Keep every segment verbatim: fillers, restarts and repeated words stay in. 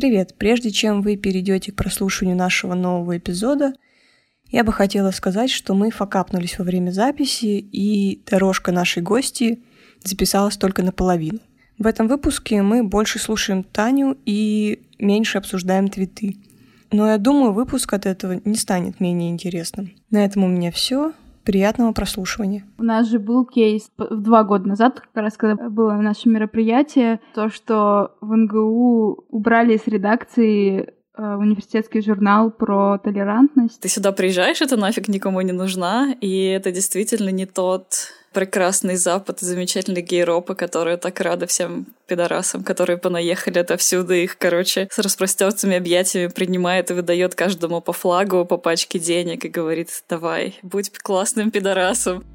Привет! Прежде чем вы перейдете к прослушиванию нашего нового эпизода, я бы хотела сказать, что мы факапнулись во время записи, и дорожка нашей гости записалась только наполовину. В этом выпуске мы больше слушаем Таню и меньше обсуждаем твиты. Но я думаю, выпуск от этого не станет менее интересным. На этом у меня все. Приятного прослушивания. У нас же был кейс два года назад, как раз когда было наше мероприятие, то, что в эн гэ у убрали из редакции э, университетский журнал про толерантность. Ты сюда приезжаешь, это нафиг никому не нужна, и это действительно не тот прекрасный Запад, замечательные гейропы, которые так рады всем пидорасам, которые понаехали отовсюду, их, короче, с распростёртыми объятиями принимает и выдает каждому по флагу, по пачке денег и говорит: давай, будь классным пидорасом.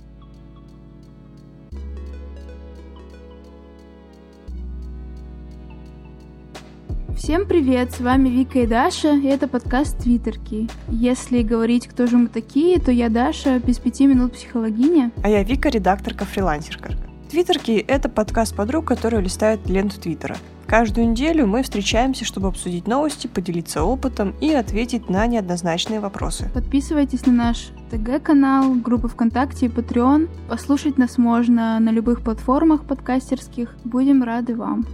Всем привет, с вами Вика и Даша, и это подкаст «Твиттерки». Если говорить, кто же мы такие, то я Даша, без пяти минут психологиня. А я Вика, редакторка-фрилансерка. «Твиттерки» — это подкаст подруг, которые листают ленту Твиттера. Каждую неделю мы встречаемся, чтобы обсудить новости, поделиться опытом и ответить на неоднозначные вопросы. Подписывайтесь на наш тэ гэ-канал, группы ВКонтакте и Patreon. Послушать нас можно на любых платформах подкастерских. Будем рады вам.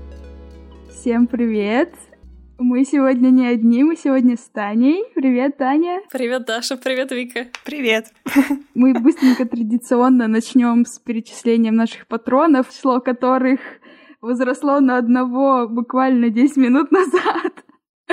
Всем привет! Мы сегодня не одни, мы сегодня с Таней. Привет, Таня! Привет, Даша! Привет, Вика! Привет! Мы быстренько традиционно начнем с перечислением наших патронов, число которых возросло на одного буквально десять минут назад.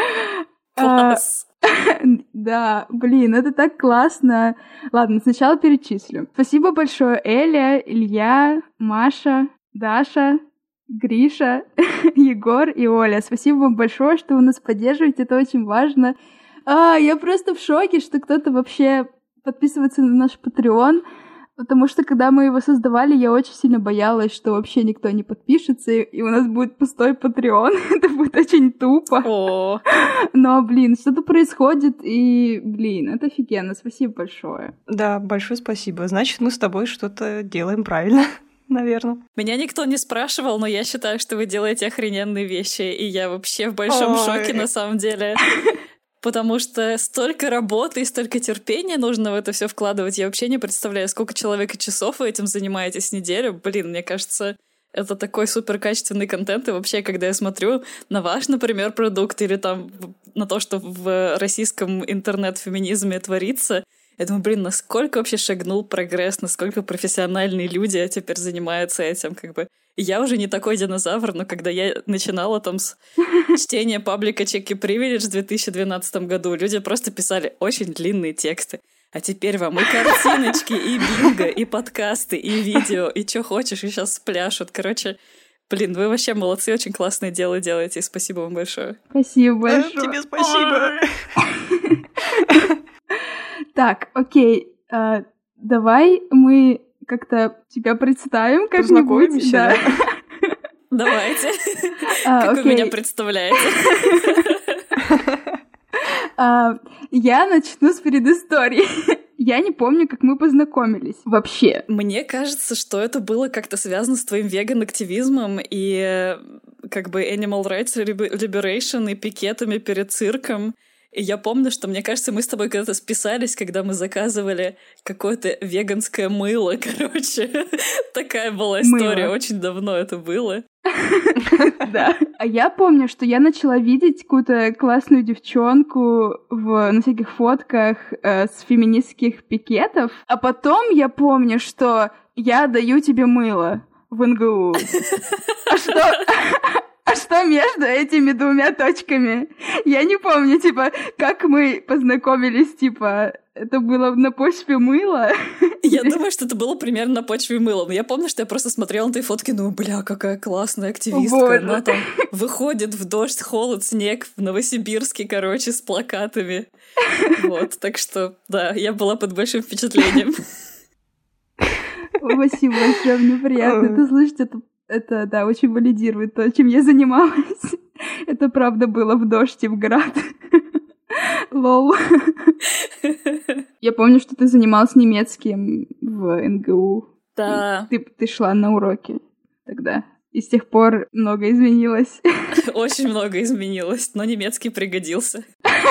Класс! Да, блин, это так классно. Ладно, сначала перечислю. Спасибо большое Эля, Илья, Маша, Даша, Гриша, Егор и Оля. Спасибо вам большое, что вы нас поддерживаете, это очень важно. А, я просто в шоке, что кто-то вообще подписывается на наш Patreon, потому что когда мы его создавали, я очень сильно боялась, что вообще никто не подпишется, и у нас будет пустой Patreon. Это будет очень тупо. О. Но, блин, что-то происходит, и, блин, это офигенно. Спасибо большое. Да, большое спасибо. Значит, мы с тобой что-то делаем правильно. Наверное. Меня никто не спрашивал, но я считаю, что вы делаете охрененные вещи, и я вообще в большом Ой. шоке на самом деле. Потому что столько работы и столько терпения нужно в это все вкладывать. Я вообще не представляю, сколько человек и часов вы этим занимаетесь в неделю. Блин, мне кажется, это такой суперкачественный контент. И вообще, когда я смотрю на ваш, например, продукт или там на то, что в российском интернет-феминизме творится, я думаю, блин, насколько вообще шагнул прогресс, насколько профессиональные люди теперь занимаются этим, как бы. И я уже не такой динозавр, но когда я начинала там с чтения паблика Check Your Privilege в две тысячи двенадцатом году, люди просто писали очень длинные тексты. А теперь вам и картиночки, и бинго, и подкасты, и видео, и что хочешь, и сейчас спляшут. Короче, блин, вы вообще молодцы, очень классное дело делаете, и спасибо вам большое. Спасибо большое. Тебе спасибо. Так, окей, э, давай мы как-то тебя представим как-нибудь. Да. Давайте. А, как окей. вы меня представляете? а, я начну с предыстории. Я не помню, как мы познакомились вообще. Мне кажется, что это было как-то связано с твоим веган-активизмом и как бы Animal Rights Liberation и пикетами перед цирком. И я помню, что, мне кажется, мы с тобой когда-то списались, когда мы заказывали какое-то веганское мыло, короче. Такая была история, очень давно это было. Да. А я помню, что я начала видеть какую-то классную девчонку в, на всяких фотках э, с феминистских пикетов, а потом я помню, что я даю тебе мыло в эн гэ у. А что... А что между этими двумя точками? Я не помню, типа, как мы познакомились, типа, это было на почве мыла? Я думаю, что это было примерно на почве мыла. Но я помню, что я просто смотрела на твои фотки, ну, бля, какая классная активистка. Боже. Она там выходит в дождь, холод, снег в Новосибирске, короче, с плакатами. Вот, так что, да, я была под большим впечатлением. Спасибо большое, мне приятно это слышать, это Это, да, очень валидирует то, чем я занималась. Это правда было в дождь и в град. Лол. Я помню, что ты занималась немецким в эн гэ у. Да. Ты, ты шла на уроки тогда. и с тех пор много изменилось. Очень много изменилось, но немецкий пригодился.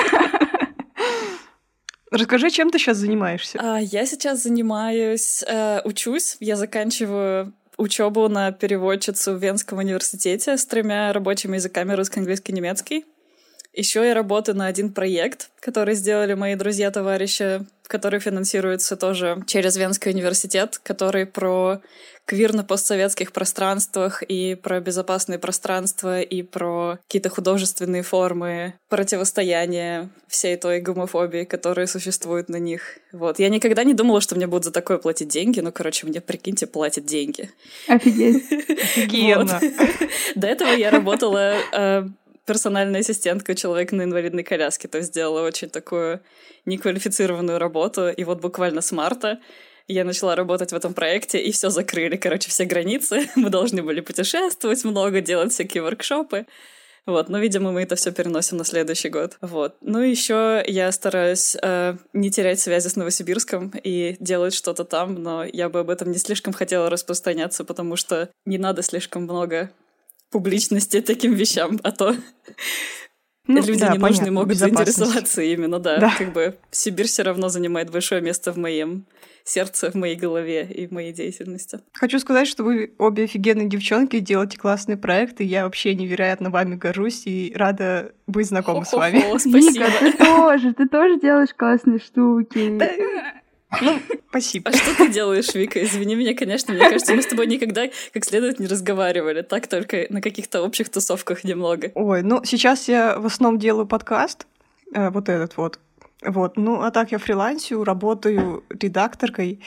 Расскажи, чем ты сейчас занимаешься? А, я сейчас занимаюсь, э, учусь, я заканчиваю учебу на переводчицу в Венском университете с тремя рабочими языками: русский, английский, немецкий. Еще я работаю на один проект, который сделали мои друзья-товарищи, который финансируется тоже через Венский университет, который про квир на постсоветских пространствах и про безопасные пространства и про какие-то художественные формы противостояния всей той гомофобии, которая существует на них. Вот. Я никогда не думала, что мне будут за такое платить деньги, но, короче, мне, прикиньте, платят деньги. Офигеть. Офигенно. До этого я работала персональной ассистенткой человека на инвалидной коляске, то есть сделала очень такую неквалифицированную работу, и вот буквально с марта я начала работать в этом проекте, и все закрыли, короче, все границы. Мы должны были путешествовать много, делать всякие воркшопы. Вот, но, видимо, мы это все переносим на следующий год. Вот. Ну, еще я стараюсь э, не терять связи с Новосибирском и делать что-то там, но я бы об этом не слишком хотела распространяться, потому что не надо слишком много публичности таким вещам, а то ну, люди да, ненужные понятно, могут заинтересоваться именно, да. да. Как бы Сибирь все равно занимает большое место в моем сердце, в моей голове и в моей деятельности. Хочу сказать, что вы обе офигенные девчонки, делаете классные проекты, я вообще невероятно вами горжусь и рада быть знакома с вами. О, спасибо. Ника, ты тоже, ты тоже делаешь классные штуки. Да. Ну, спасибо. А что ты делаешь, Вика? Извини меня, конечно. Мне кажется, мы с тобой никогда как следует не разговаривали. Так только на каких-то общих тусовках немного. Ой, ну сейчас я в основном делаю подкаст. Э, вот этот вот. Вот. Ну, а так я фрилансю, работаю редакторкой.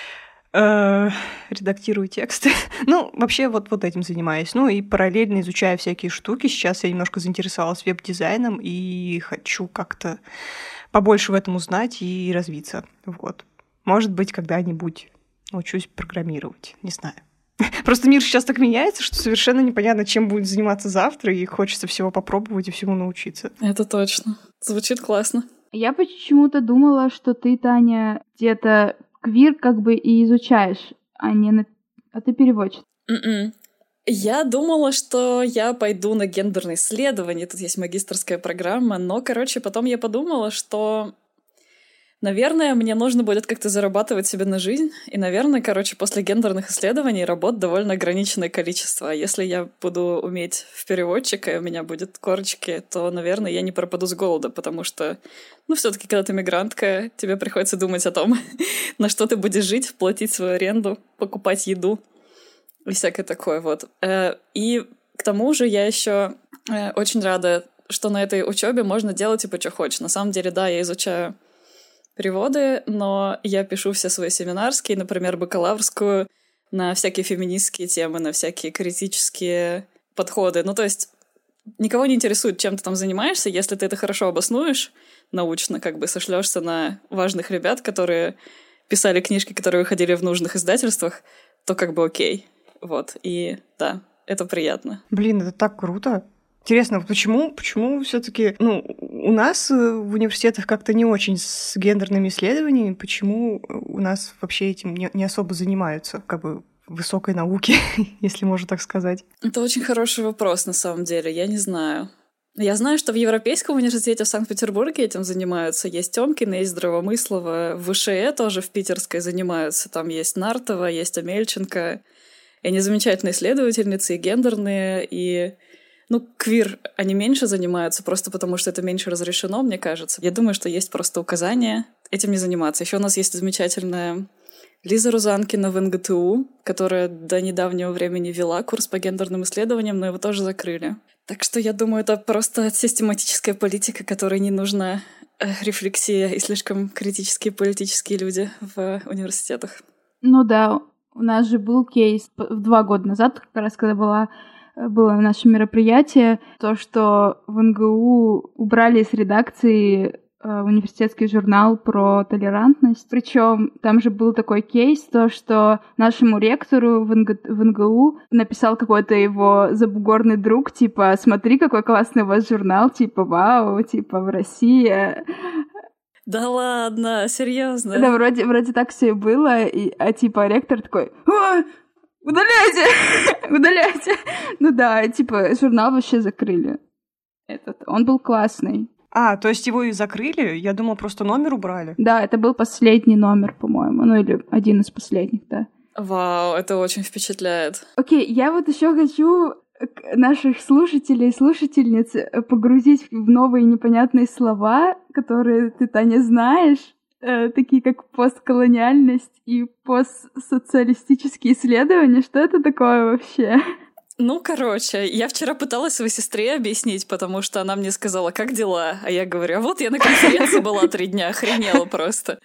Э, редактирую тексты. Ну, вообще вот, вот этим занимаюсь. Ну, и параллельно изучаю всякие штуки. Сейчас я немножко заинтересовалась веб-дизайном и хочу как-то побольше в этом узнать и развиться. Вот. Может быть, когда-нибудь научусь программировать. Не знаю. Просто мир сейчас так меняется, что совершенно непонятно, чем будет заниматься завтра, и хочется всего попробовать и всему научиться. Это точно. Звучит классно. Я почему-то думала, что ты, Таня, где-то квир как бы и изучаешь, а не на... а ты переводчик. Mm-mm. Я думала, что я пойду на гендерные исследования, тут есть магистерская программа, но, короче, потом я подумала, что, наверное, мне нужно будет как-то зарабатывать себе на жизнь, и, наверное, короче, после гендерных исследований работ довольно ограниченное количество. А если я буду уметь в переводчика, и у меня будет корочки, то, наверное, я не пропаду с голода, потому что, ну, все-таки, когда ты мигрантка, тебе приходится думать о том, на что ты будешь жить, платить свою аренду, покупать еду. И всякое такое вот. И к тому же я еще очень рада, что на этой учебе можно делать типа что хочешь. На самом деле, да, я изучаю переводы, но я пишу все свои семинарские, например, бакалаврскую, на всякие феминистские темы, на всякие критические подходы. Ну, то есть никого не интересует, чем ты там занимаешься, если ты это хорошо обоснуешь научно, как бы сошлешься на важных ребят, которые писали книжки, которые выходили в нужных издательствах, то как бы окей. Вот, и да, это приятно. Блин, это так круто. Интересно, почему, почему все-таки, ну, у нас в университетах как-то не очень с гендерными исследованиями, почему у нас вообще этим не, не особо занимаются, как бы высокой науки, если можно так сказать? Это очень хороший вопрос, на самом деле, я не знаю. Я знаю, что в Европейском университете в Санкт-Петербурге этим занимаются. Есть Тёмкина, есть Здравомыслова, в ВШЭ тоже в Питерской занимаются. Там есть Нартова, есть Амельченко. И они замечательные исследовательницы, и гендерные, и... Ну, квир они меньше занимаются, просто потому что это меньше разрешено, мне кажется. Я думаю, что есть просто указание этим не заниматься. Еще у нас есть замечательная Лиза Рузанкина в эн гэ тэ у, которая до недавнего времени вела курс по гендерным исследованиям, но его тоже закрыли. Так что я думаю, это просто систематическая политика, которой не нужна рефлексия и слишком критические политические люди в университетах. Ну да, у нас же был кейс два года назад, как раз когда была, было наше мероприятие, то, что в эн гэ у убрали из редакции э, университетский журнал про толерантность. Причем там же был такой кейс, то, что нашему ректору в эн гэ, в эн гэ у написал какой-то его забугорный друг, типа, смотри, какой классный у вас журнал, типа, вау, типа, в России... Да ладно, серьезно? Да, вроде, вроде так все и было, и, а типа ректор такой: «А, Удаляйте! Удаляйте! Ну да, типа, журнал вообще закрыли. Этот. Он был классный. А, то есть его и закрыли? Я думала, просто номер убрали. Да, это был последний номер, по-моему. Ну или один из последних, да. Вау, это очень впечатляет. Окей, я вот еще хочу наших слушателей и слушательниц погрузить в новые непонятные слова, которые ты, Таня, знаешь, э, такие как постколониальность и постсоциалистические исследования. Что это такое вообще? Ну, короче, я вчера пыталась своей сестре объяснить, потому что она мне сказала, как дела? А я говорю, а вот я на конференции была три дня, охренела просто.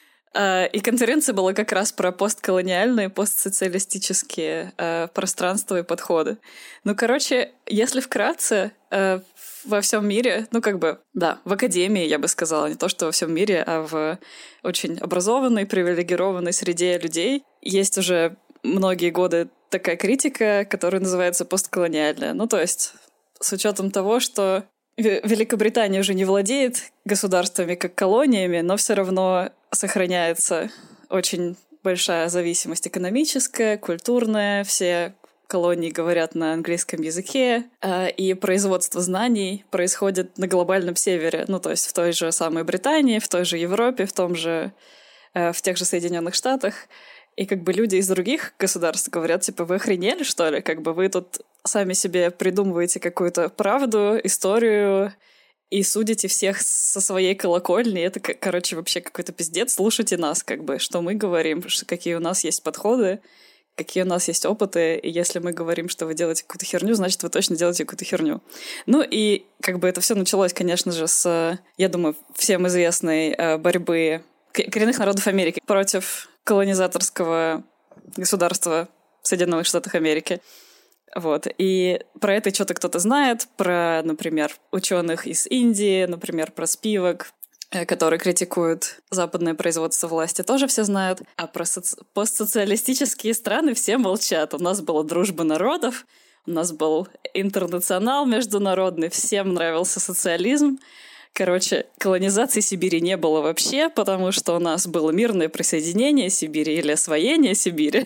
И конференция была как раз про постколониальные, постсоциалистические э, пространства и подходы. Ну, короче, если вкратце, э, во всем мире, ну, как бы, да, в академии, я бы сказала, не то, что во всем мире, а в очень образованной, привилегированной среде людей есть уже многие годы такая критика, которая называется постколониальная. Ну, то есть, с учетом того, что Великобритания уже не владеет государствами как колониями, но все равно сохраняется очень большая зависимость экономическая, культурная. Все колонии говорят на английском языке, и производство знаний происходит на глобальном севере. Ну, то есть в той же самой Британии, в той же Европе, в том же, в тех же Соединенных Штатах. И как бы люди из других государств говорят, типа, вы охренели, что ли? Как бы вы тут сами себе придумываете какую-то правду, историю и судите всех со своей колокольни. Это, короче, вообще какой-то пиздец. Слушайте нас, как бы, что мы говорим, какие у нас есть подходы, какие у нас есть опыты. И если мы говорим, что вы делаете какую-то херню, значит, вы точно делаете какую-то херню. Ну и как бы это все началось, конечно же, с, я думаю, всем известной борьбы коренных народов Америки против колонизаторского государства Соединенных Штатов Америки. Вот. И про это что-то кто-то знает, про, например, ученых из Индии, например, про Спивак, которые критикуют западное производство власти, тоже все знают. А про соци... постсоциалистические страны все молчат. У нас была дружба народов, у нас был интернационал международный, всем нравился социализм. Короче, колонизации Сибири не было вообще, потому что у нас было мирное присоединение Сибири или освоение Сибири.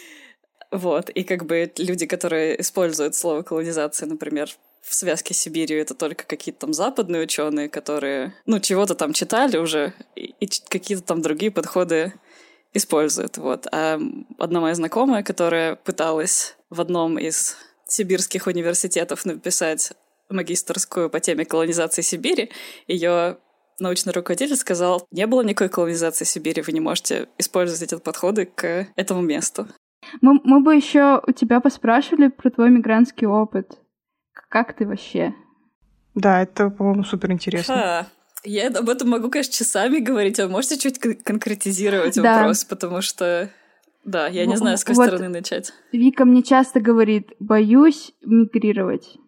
Вот. И как бы люди, которые используют слово колонизация, например, в связке с Сибирью, это только какие-то там западные ученые, которые, ну, чего-то там читали уже, и, и какие-то там другие подходы используют. Вот. А одна моя знакомая, которая пыталась в одном из сибирских университетов написать магистерскую по теме колонизации Сибири, ее научный руководитель сказал, не было никакой колонизации Сибири, вы не можете использовать эти подходы к этому месту. Мы, мы бы еще у тебя поспрашивали про твой мигрантский опыт. Как ты вообще? Да, это, по-моему, супер интересно. Ха. Я об этом могу, конечно, часами говорить, а вы можете чуть конкретизировать да. вопрос, потому что, да, я не знаю, с какой вот стороны начать. Вика мне часто говорит, боюсь мигрировать.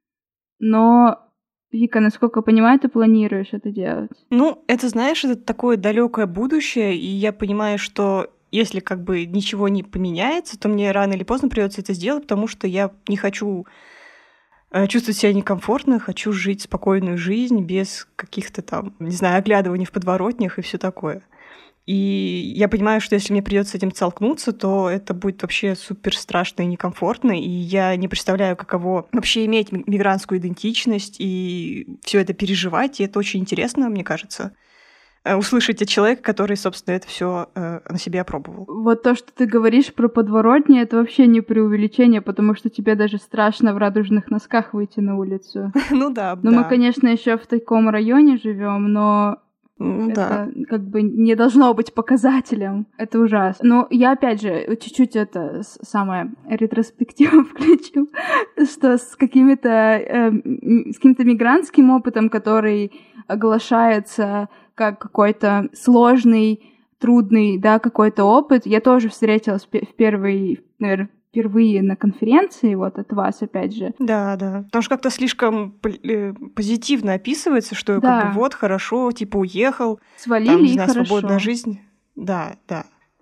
Но, Вика, насколько я понимаю, ты планируешь это делать? Ну, это, знаешь, это такое далекое будущее, и я понимаю, что если как бы ничего не поменяется, то мне рано или поздно придется это сделать, потому что я не хочу чувствовать себя некомфортно, хочу жить спокойную жизнь без каких-то там, не знаю, оглядываний в подворотнях и все такое. И я понимаю, что если мне придется с этим столкнуться, то это будет вообще супер страшно и некомфортно, и я не представляю, каково вообще иметь мигрантскую идентичность и все это переживать, и это очень интересно, мне кажется, услышать от человека, который, собственно, это все э, на себе опробовал. Вот то, что ты говоришь про подворотни, это вообще не преувеличение, потому что тебе даже страшно в радужных носках выйти на улицу. Ну да, Но да. мы, конечно, еще в таком районе живем, но Ну, это да. как бы не должно быть показателем. Это ужасно. Но я, опять же, чуть-чуть это самое ретроспективу включу, что с какими-то э, с каким-то мигрантским опытом, который оглашается как какой-то сложный, трудный, да, какой-то опыт, я тоже встретилась в первый, наверное, впервые на конференции, вот от вас, опять же. Да, да. Потому что как-то слишком позитивно описывается, что да. как бы вот, хорошо, типа уехал, свалили там, не и знаю, хорошо. Свободная жизнь. Да, да.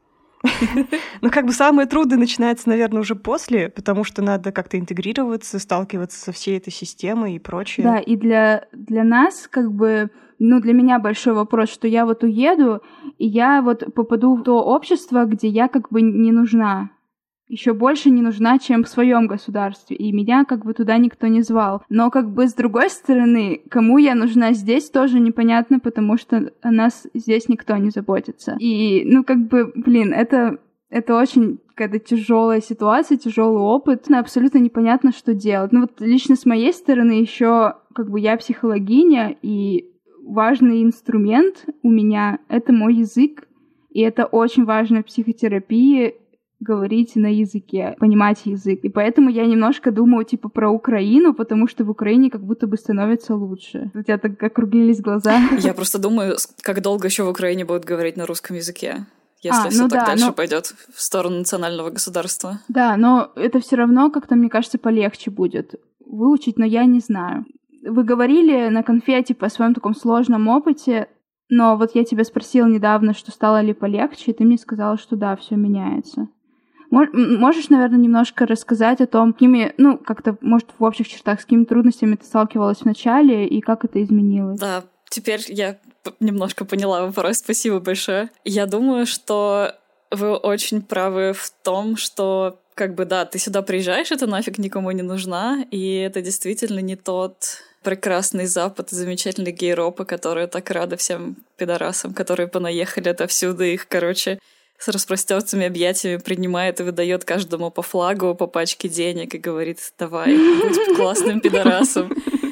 Но как бы самое трудное начинается, наверное, уже после, потому что надо как-то интегрироваться, сталкиваться со всей этой системой и прочее. Да, и для, для нас, как бы, ну, для меня большой вопрос, что я вот уеду, и я вот попаду в то общество, где я как бы не нужна. еще больше не нужна, чем в своем государстве, и меня как бы туда никто не звал. Но как бы с другой стороны, кому я нужна здесь, тоже непонятно, потому что о нас здесь никто не заботится. И, ну, как бы, блин, это, это очень какая-то тяжелая ситуация, тяжелый опыт, но абсолютно непонятно, что делать. Ну, вот лично с моей стороны еще, как бы, я психологиня, и важный инструмент у меня — это мой язык, и это очень важно в психотерапии — говорить на языке, понимать язык. И поэтому я немножко думаю, типа, про Украину, потому что в Украине как будто бы становится лучше. У тебя так округлились глаза. Я просто думаю, как долго еще в Украине будут говорить на русском языке, если а, все ну так да, дальше но... пойдет в сторону национального государства. Да, но это все равно как-то, мне кажется, полегче будет выучить, но я не знаю. Вы говорили на конфе, типа, о своем таком сложном опыте, но вот я тебя спросила недавно, что стало ли полегче, и ты мне сказала, что да, все меняется. Можешь, наверное, немножко рассказать о том, какими, ну, как-то, может, в общих чертах, с какими трудностями ты сталкивалась в начале и как это изменилось? Да, теперь я немножко поняла вопрос. Спасибо большое. Я думаю, что вы очень правы в том, что, как бы, да, ты сюда приезжаешь, это нафиг никому не нужна, и это действительно не тот прекрасный Запад, замечательный гейропы, которые так рады всем пидорасам, которые понаехали отовсюду, их, короче, с распростертыми объятиями принимает и выдает каждому по флагу, по пачке денег и говорит: давай, будь классным пидорасом.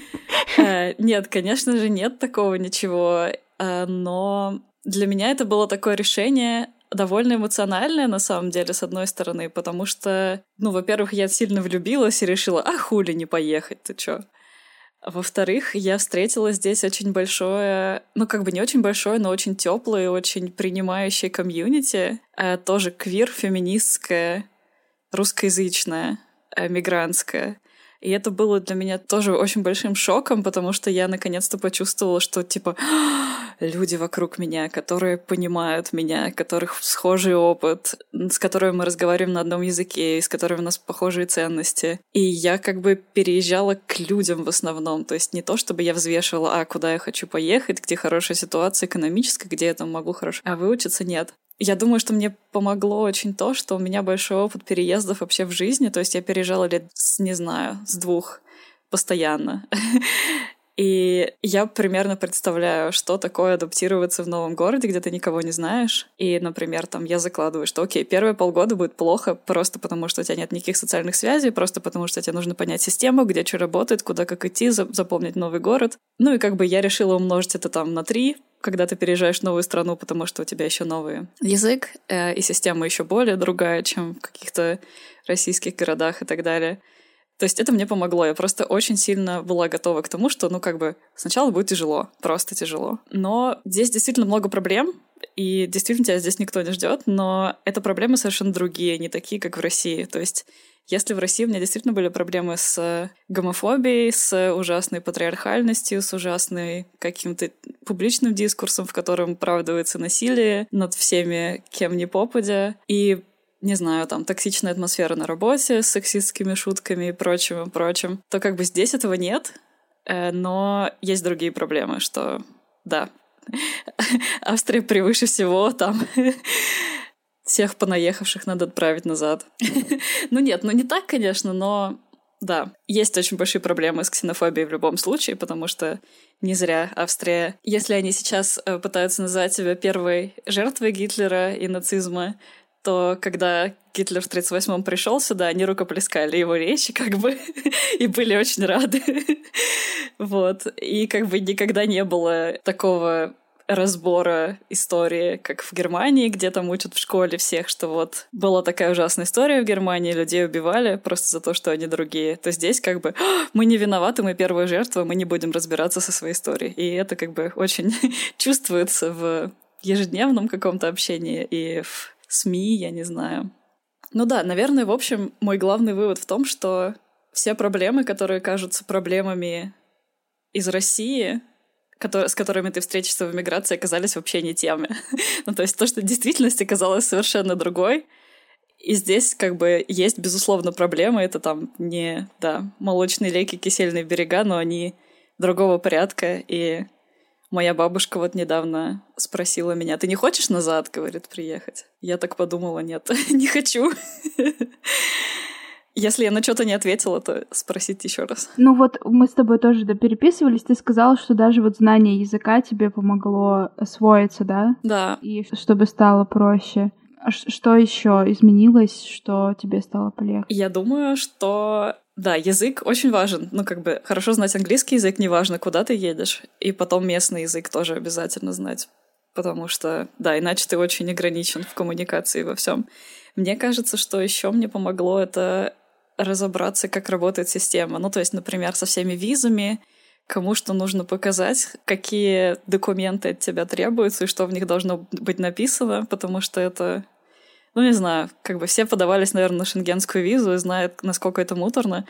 Нет, конечно же, нет такого ничего, но для меня это было такое решение довольно эмоциональное, на самом деле, с одной стороны, потому что, ну, во-первых, я сильно влюбилась и решила: а хули не поехать, ты чё? Во-вторых, я встретила здесь очень большое, ну, как бы не очень большое, но очень теплое, очень принимающее комьюнити, э, тоже квир, феминистское, русскоязычное, э, мигрантское. И это было для меня тоже очень большим шоком, потому что я наконец-то почувствовала, что, типа, люди вокруг меня, которые понимают меня, у которых схожий опыт, с которыми мы разговариваем на одном языке, с которыми у нас похожие ценности. И я как бы переезжала к людям в основном. То есть не то, чтобы я взвешивала, а, куда я хочу поехать, где хорошая ситуация экономическая, где я там могу хорошо... А выучиться нет. Я думаю, что мне помогло очень то, что у меня большой опыт переездов вообще в жизни. То есть я переезжала лет, с, не знаю, с двух постоянно. И я примерно представляю, что такое адаптироваться в новом городе, где ты никого не знаешь. И, например, там я закладываю, что окей, первые полгода будет плохо просто потому, что у тебя нет никаких социальных связей, просто потому, что тебе нужно понять систему, где что работает, куда как идти, запомнить новый город. Ну и как бы я решила умножить это там на три, когда ты переезжаешь в новую страну, потому что у тебя еще новый язык, э, и система еще более другая, чем в каких-то российских городах и так далее. То есть это мне помогло. Я просто очень сильно была готова к тому, что, ну, как бы, сначала будет тяжело, просто тяжело. Но здесь действительно много проблем, и действительно тебя здесь никто не ждет, но это проблемы совершенно другие, не такие, как в России. То есть если в России у меня действительно были проблемы с гомофобией, с ужасной патриархальностью, с ужасным каким-то публичным дискурсом, в котором оправдывается насилие над всеми, кем ни попадя, и не знаю, там, токсичная атмосфера на работе с сексистскими шутками и прочим, и прочим, то как бы здесь этого нет, но есть другие проблемы, что, да, Австрия превыше всего, там всех понаехавших надо отправить назад. Ну нет, ну не так, конечно, но да, есть очень большие проблемы с ксенофобией в любом случае, потому что не зря Австрия, если они сейчас пытаются назвать себя первой жертвой Гитлера и нацизма, то когда Гитлер в тридцать восьмом пришел сюда, они рукоплескали его речи, как бы, и были очень рады. Вот. И как бы никогда не было такого разбора истории, как в Германии, где там учат в школе всех, что вот была такая ужасная история в Германии, людей убивали просто за то, что они другие. То здесь как бы мы не виноваты, мы первая жертва, мы не будем разбираться со своей историей. И это как бы очень чувствуется в ежедневном каком-то общении и в СМИ, я не знаю. Ну да, наверное, в общем, мой главный вывод в том, что все проблемы, которые кажутся проблемами из России, которые, с которыми ты встретишься в эмиграции, оказались вообще не теми. Ну, то есть то, что в действительности оказалось совершенно другой. И здесь как бы есть, безусловно, проблемы. Это там не, да, молочные реки, кисельные берега, но они другого порядка. И Моя бабушка вот недавно спросила меня: «Ты не хочешь назад, — говорит, — приехать?» Я так подумала: нет, не хочу. Если я на что-то не ответила, то спросите еще раз. Ну вот мы с тобой тоже да, переписывались, ты сказала, что даже вот знание языка тебе помогло освоиться, да? Да. И чтобы стало проще. А что еще изменилось, что тебе стало полегче? Я думаю, что да, язык очень важен. Ну, как бы хорошо знать английский язык, неважно, куда ты едешь. И потом местный язык тоже обязательно знать. Потому что, да, иначе ты очень ограничен в коммуникации во всем. Мне кажется, что еще мне помогло это разобраться, как работает система. Ну, то есть, например, со всеми визами, кому что нужно показать, какие документы от тебя требуются и что в них должно быть написано, потому что это, ну, не знаю, как бы все подавались, наверное, на шенгенскую визу и знают, насколько это муторно,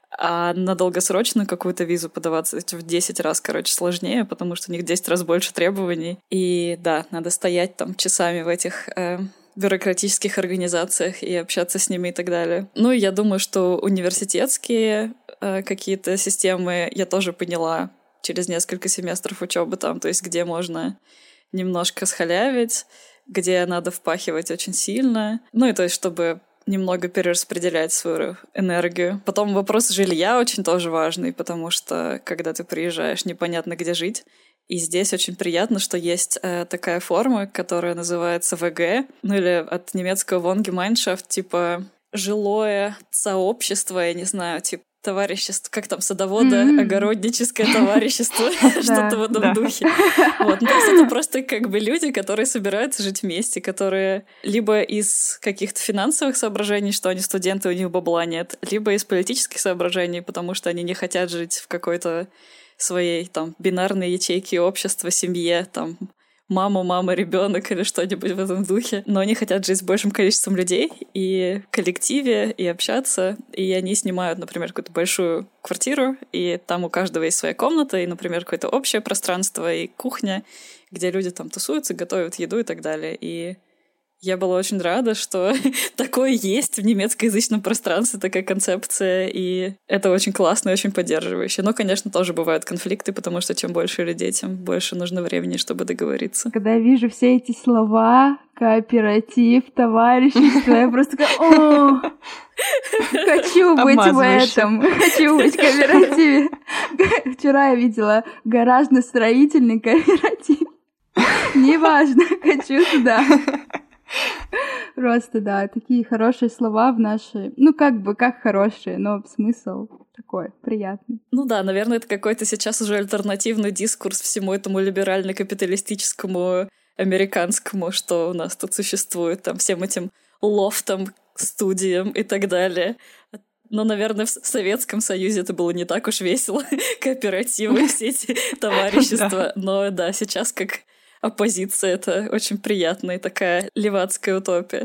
а на долгосрочную какую-то визу подаваться в десять раз, короче, сложнее, потому что у них в десять раз больше требований. И да, надо стоять там часами в этих э, бюрократических организациях и общаться с ними и так далее. Ну, и я думаю, что университетские э, какие-то системы я тоже поняла через несколько семестров учебы там, то есть где можно немножко схалявить, где надо впахивать очень сильно. Ну, и то есть чтобы немного перераспределять свою энергию. Потом вопрос жилья очень тоже важный, потому что, когда ты приезжаешь, непонятно, где жить. И здесь очень приятно, что есть э, такая форма, которая называется вэ гэ, ну или от немецкого «Wohngemeinschaft», типа жилое сообщество, я не знаю, типа товарищество, как там, садоводо-огородническое товарищество, что-то в этом духе. Вот. Ну, то есть это просто как бы люди, которые собираются жить вместе, которые либо из каких-то финансовых соображений, что они студенты, у них бабла нет, либо из политических соображений, потому что они не хотят жить в какой-то своей там бинарной ячейке общества, семье, там мама, мама, ребенок или что-нибудь в этом духе. Но они хотят жить с большим количеством людей и в коллективе, и общаться. И они снимают, например, какую-то большую квартиру, и там у каждого есть своя комната, и, например, какое-то общее пространство, и кухня, где люди там тусуются, готовят еду и так далее. И я была очень рада, что такое есть в немецкоязычном пространстве, такая концепция, и это очень классно и очень поддерживающе. Но, конечно, тоже бывают конфликты, потому что чем больше людей, тем больше нужно времени, чтобы договориться. Когда я вижу все эти слова, кооператив, товарищество, я просто такая: о, хочу быть в этом, хочу быть в кооперативе. Вчера я видела гаражно-строительный кооператив. Неважно, хочу туда. Просто, да, такие хорошие слова в нашей... Ну, как бы, как хорошие, но смысл такой приятный. Ну да, наверное, это какой-то сейчас уже альтернативный дискурс всему этому либерально-капиталистическому американскому, что у нас тут существует, там, всем этим лофтам, студиям и так далее. Но, наверное, в Советском Союзе это было не так уж весело. Кооперативы, все эти товарищества. Но да, сейчас как оппозиция — это очень приятная такая левацкая утопия.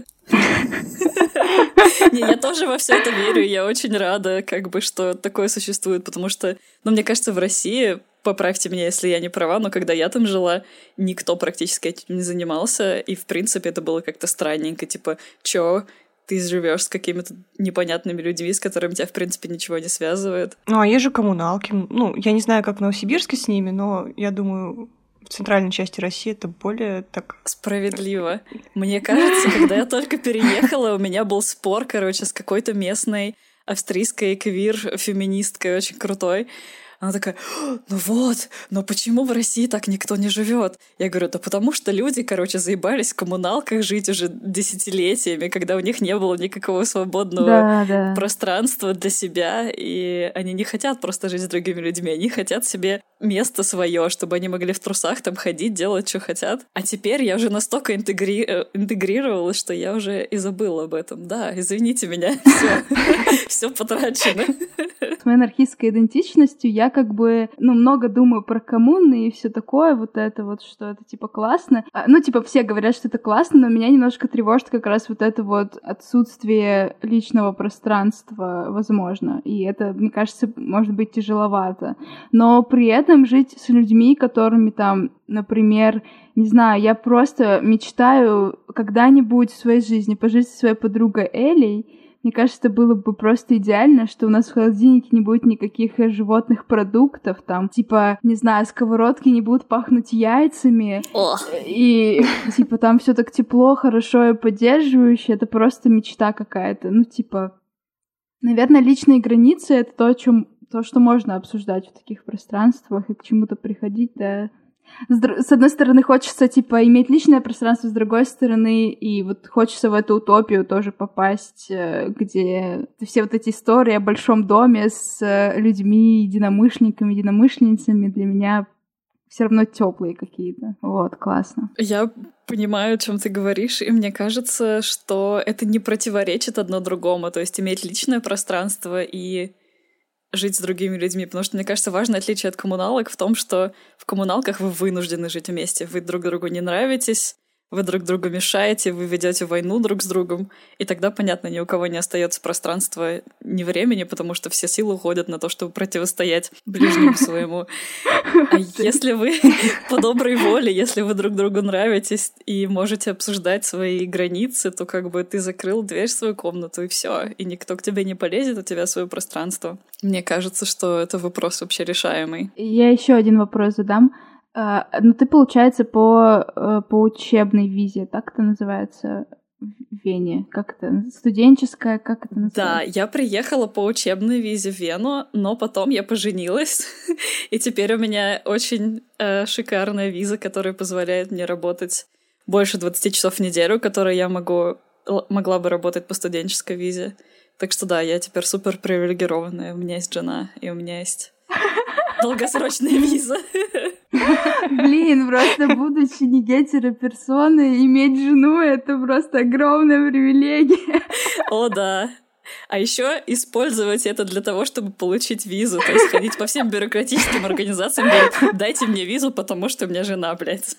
Не, я тоже во все это верю, я очень рада, как бы, что такое существует, потому что, ну, мне кажется, в России, поправьте меня, если я не права, но когда я там жила, никто практически этим не занимался, и, в принципе, это было как-то странненько, типа, чё, ты живешь с какими-то непонятными людьми, с которыми тебя, в принципе, ничего не связывает. Ну, а есть же коммуналки. Ну, я не знаю, как в Новосибирске с ними, но я думаю, в центральной части России это более так... Справедливо. Мне кажется, когда я только переехала, у меня был спор, короче, с какой-то местной австрийской квир-феминисткой, очень крутой. Она такая: ну вот, но почему в России так никто не живет? Я говорю: да потому что люди, короче, заебались в коммуналках жить уже десятилетиями, когда у них не было никакого свободного да, да. пространства для себя, и они не хотят просто жить с другими людьми, они хотят себе место свое, чтобы они могли в трусах там ходить, делать, что хотят. А теперь я уже настолько интегри... интегрировалась, что я уже и забыла об этом. Да, извините меня, все потрачено. С моей анархистской идентичностью я как бы, ну, много думаю про коммуны и все такое, вот это вот, что это, типа, классно. А, ну, типа, все говорят, что это классно, но меня немножко тревожит как раз вот это вот отсутствие личного пространства, возможно. И это, мне кажется, может быть тяжеловато. Но при этом жить с людьми, которыми там, например, не знаю, я просто мечтаю когда-нибудь в своей жизни пожить со своей подругой Элей. Мне кажется, это было бы просто идеально, что у нас в холодильнике не будет никаких животных продуктов, там, типа, не знаю, сковородки не будут пахнуть яйцами, О. и, типа, там все так тепло, хорошо и поддерживающе, это просто мечта какая-то, ну, типа, наверное, личные границы — это то, о чем, то, что можно обсуждать в таких пространствах и к чему-то приходить, да. С, др- с одной стороны, хочется, типа, иметь личное пространство, с другой стороны, и вот хочется в эту утопию тоже попасть, где все вот эти истории о большом доме с людьми, единомышленниками, единомышленницами для меня все равно теплые какие-то. Вот, классно. Я понимаю, о чем ты говоришь, и мне кажется, что это не противоречит одно другому, то есть иметь личное пространство и жить с другими людьми, потому что, мне кажется, важное отличие от коммуналок в том, что в коммуналках вы вынуждены жить вместе, вы друг другу не нравитесь, вы друг другу мешаете, вы ведете войну друг с другом, и тогда, понятно, ни у кого не остается пространства ни времени, потому что все силы уходят на то, чтобы противостоять ближнему своему. А если вы по доброй воле, если вы друг другу нравитесь и можете обсуждать свои границы, то как бы ты закрыл дверь в свою комнату, и все, и никто к тебе не полезет, у тебя свое пространство. Мне кажется, что это вопрос вообще решаемый. Я еще один вопрос задам. Uh, ну, ты, получается, по, uh, по учебной визе, так это называется в Вене? Как это? Студенческая, как это называется? Да, я приехала по учебной визе в Вену, но потом я поженилась, и теперь у меня очень uh, шикарная виза, которая позволяет мне работать больше двадцати часов в неделю, которые я могу, могла бы работать по студенческой визе. Так что да, я теперь супер привилегированная, у меня есть жена, и у меня есть долгосрочная виза. Блин, просто будучи не гетероперсоной, иметь жену — это просто огромная привилегия. О, да. А еще использовать это для того, чтобы получить визу. То есть ходить по всем бюрократическим организациям и говорить: дайте мне визу, потому что у меня жена, блядь.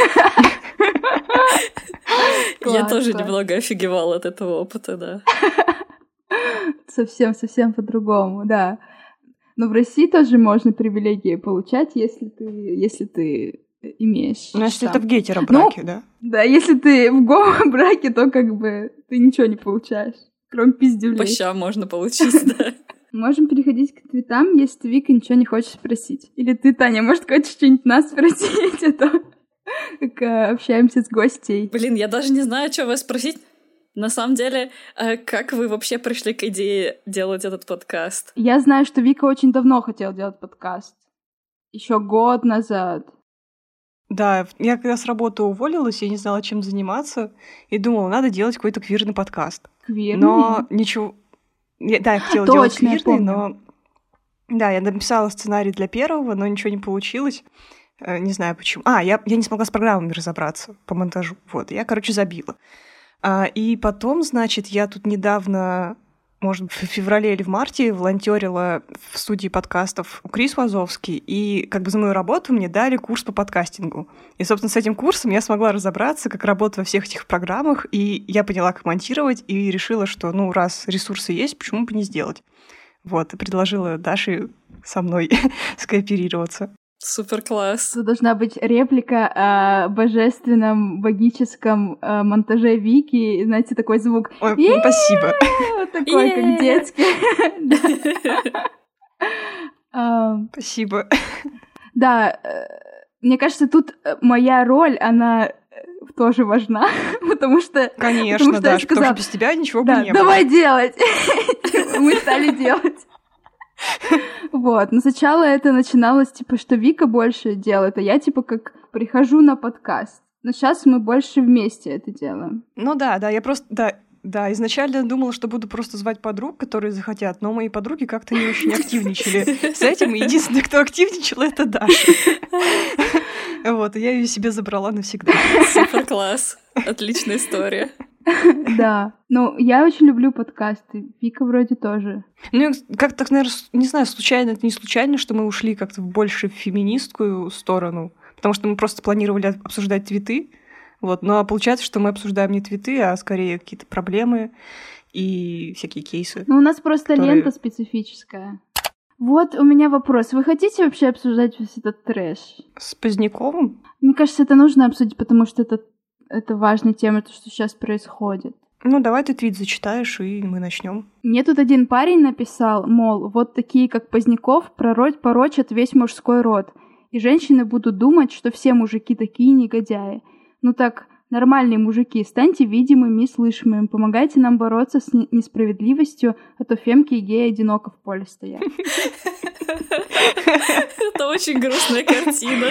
Я тоже немного офигевала от этого опыта, да. Совсем-совсем по-другому, да. Но в России тоже можно привилегии получать, если ты, если ты имеешь. Ну, если это в гетеробраке, ну, да? Да, если ты в гомо-браке, то как бы ты ничего не получаешь, кроме пиздюлей. По щам можно получить, да. Можем переходить к твитам, если ты, Вика, ничего не хочешь спросить. Или ты, Таня, может, хочешь что-нибудь нас спросить, а то как общаемся с гостей. Блин, я даже не знаю, что вас спросить. На самом деле, как вы вообще пришли к идее делать этот подкаст? Я знаю, что Вика очень давно хотела делать подкаст. Еще год назад. Да, я когда с работы уволилась, я не знала, чем заниматься, и думала, надо делать какой-то квирный подкаст. Квирный? Но ничего... Я, да, я хотела Точно, делать квирный, я но... Да, я написала сценарий для первого, но ничего не получилось. Не знаю почему. А, я, я не смогла с программами разобраться по монтажу. Вот, я, короче, забила. А, и потом, значит, я тут недавно, может быть, в феврале или в марте волонтерила в студии подкастов у Крис Вазовский, и как бы за мою работу мне дали курс по подкастингу. И, собственно, с этим курсом я смогла разобраться, как работать во всех этих программах, и я поняла, как монтировать, и решила, что, ну, раз ресурсы есть, почему бы не сделать? Вот, и предложила Даше со мной скооперироваться. Супер класс. Тут должна быть реплика о божественном, богическом э, монтаже Вики. Знаете, такой звук. Ой, ну, спасибо. Вот такой, как детский. Спасибо. Да, мне кажется, тут моя роль, она тоже важна, потому что... Конечно, да, потому что без тебя ничего бы не было. Давай делать! Мы стали делать. Вот, но сначала это начиналось, типа, что Вика больше делает, а я, типа, как прихожу на подкаст. Но сейчас мы больше вместе это делаем. Ну да, да, я просто, да, да, изначально думала, что буду просто звать подруг, которые захотят, но мои подруги как-то не очень активничали с этим, и единственное, кто активничал, это Даша. Вот, и я ее себе забрала навсегда. Супер класс, отличная история. Да, ну, я очень люблю подкасты, Вика вроде тоже. Ну, как-то, наверное, не знаю, случайно, это не случайно, что мы ушли как-то больше в феминистскую сторону, потому что мы просто планировали обсуждать твиты, вот, но получается, что мы обсуждаем не твиты, а скорее какие-то проблемы и всякие кейсы. Ну, у нас просто которые... лента специфическая. Вот у меня вопрос. Вы хотите вообще обсуждать весь этот трэш? С Поздняковым? Мне кажется, это нужно обсудить, потому что это Это важная тема, то, что сейчас происходит. Ну, давай ты твит зачитаешь, и мы начнем. Мне тут один парень написал, мол, вот такие, как Поздняков, пророчь, порочат весь мужской род. И женщины будут думать, что все мужики такие негодяи. Ну так, нормальные мужики, станьте видимыми и слышимыми, помогайте нам бороться с несправедливостью, а то фемки и геи одиноко в поле стоят. Это очень грустная картина.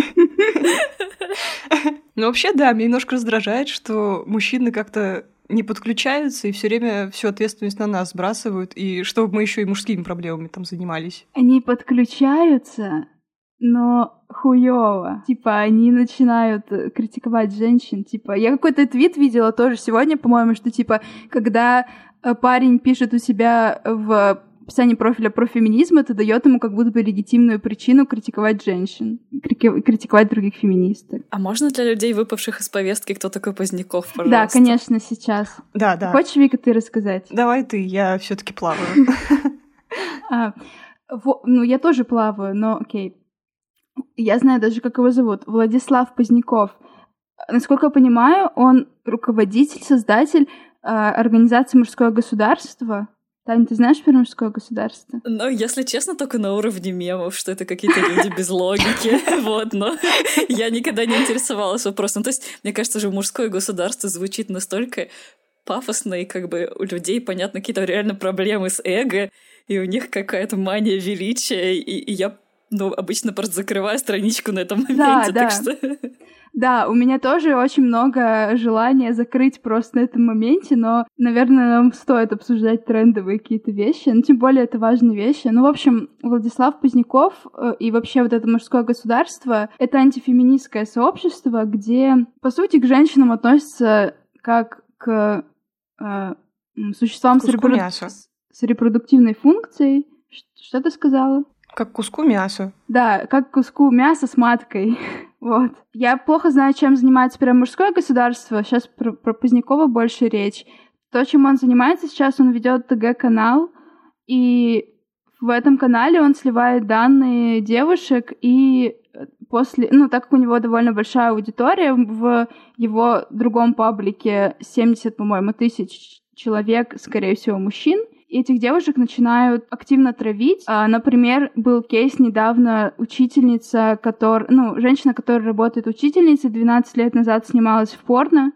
Ну, вообще, да, меня немножко раздражает, что мужчины как-то не подключаются и все время всю ответственность на нас сбрасывают, и чтобы мы еще и мужскими проблемами там занимались. Они подключаются, но хуёво. Типа, они начинают критиковать женщин. Типа, я какой-то твит видела тоже сегодня, по-моему, что, типа, когда парень пишет у себя в описании профиля про феминизм, это дает ему как будто бы легитимную причину критиковать женщин, критиковать других феминисток. А можно для людей, выпавших из повестки, кто такой Поздняков, пожалуйста? Да, конечно, сейчас. Да, да. Хочешь, Вика, ты рассказать? Давай ты, я все таки плаваю. Ну, я тоже плаваю, но окей. Я знаю даже, как его зовут. Владислав Поздняков. Насколько я понимаю, он руководитель, создатель организации «Мужское государство». Таня, ты знаешь про мужское государство? Ну, если честно, только на уровне мемов, что это какие-то люди без логики, вот, но я никогда не интересовалась вопросом. То есть, мне кажется, же мужское государство звучит настолько пафосно, и как бы у людей, понятно, какие-то реально проблемы с эго, и у них какая-то мания величия, и, и я, ну, обычно просто закрываю страничку на этом моменте, да, так да. что... Да, у меня тоже очень много желания закрыть просто на этом моменте, но, наверное, нам стоит обсуждать трендовые какие-то вещи, ну, тем более это важные вещи. Ну, в общем, Владислав Поздняков э, и вообще вот это мужское государство — это антифеминистское сообщество, где, по сути, к женщинам относятся как к э, существам с, репроду... с репродуктивной функцией. Что ты сказала? Как к куску мяса. Да, как к куску мяса с маткой. Вот. Я плохо знаю, чем занимается прям мужское государство. Сейчас про, про Позднякова больше речь. То, чем он занимается сейчас, он ведет ТГ-канал, и в этом канале он сливает данные девушек, и после... Ну, так как у него довольно большая аудитория, в его другом паблике семьдесят, по-моему, тысяч человек, скорее всего, мужчин, этих девушек начинают активно травить. А, например, был кейс недавно, учительница, которая, ну, женщина, которая работает учительницей, двенадцать лет назад снималась в порно,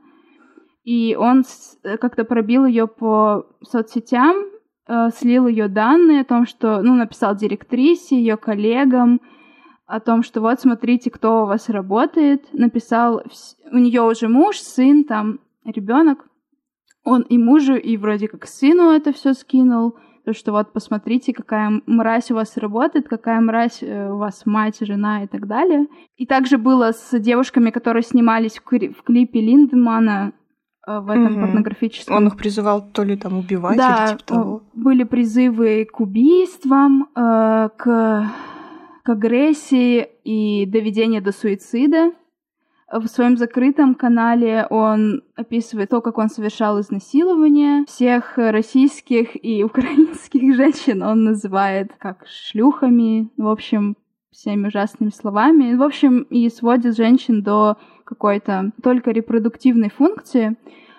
и он с, как-то пробил ее по соцсетям, э, слил ее данные о том, что, ну, написал директрисе, ее коллегам, о том, что вот, смотрите, кто у вас работает, написал, у нее уже муж, сын, там, ребенок. Он и мужу, и вроде как сыну это все скинул, то, что вот посмотрите, какая мразь у вас работает, какая мразь у вас мать, жена и так далее. И также было с девушками, которые снимались в, кри- в клипе Линдемана в этом mm-hmm. порнографическом. Он их призывал то ли там убивать, да, или типа того. Были призывы к убийствам, э, к, к агрессии и доведению до суицида. В своем закрытом канале он описывает то, как он совершал изнасилование всех российских и украинских женщин. Он называет как шлюхами, в общем, всеми ужасными словами. В общем, и сводит женщин до какой-то только репродуктивной функции.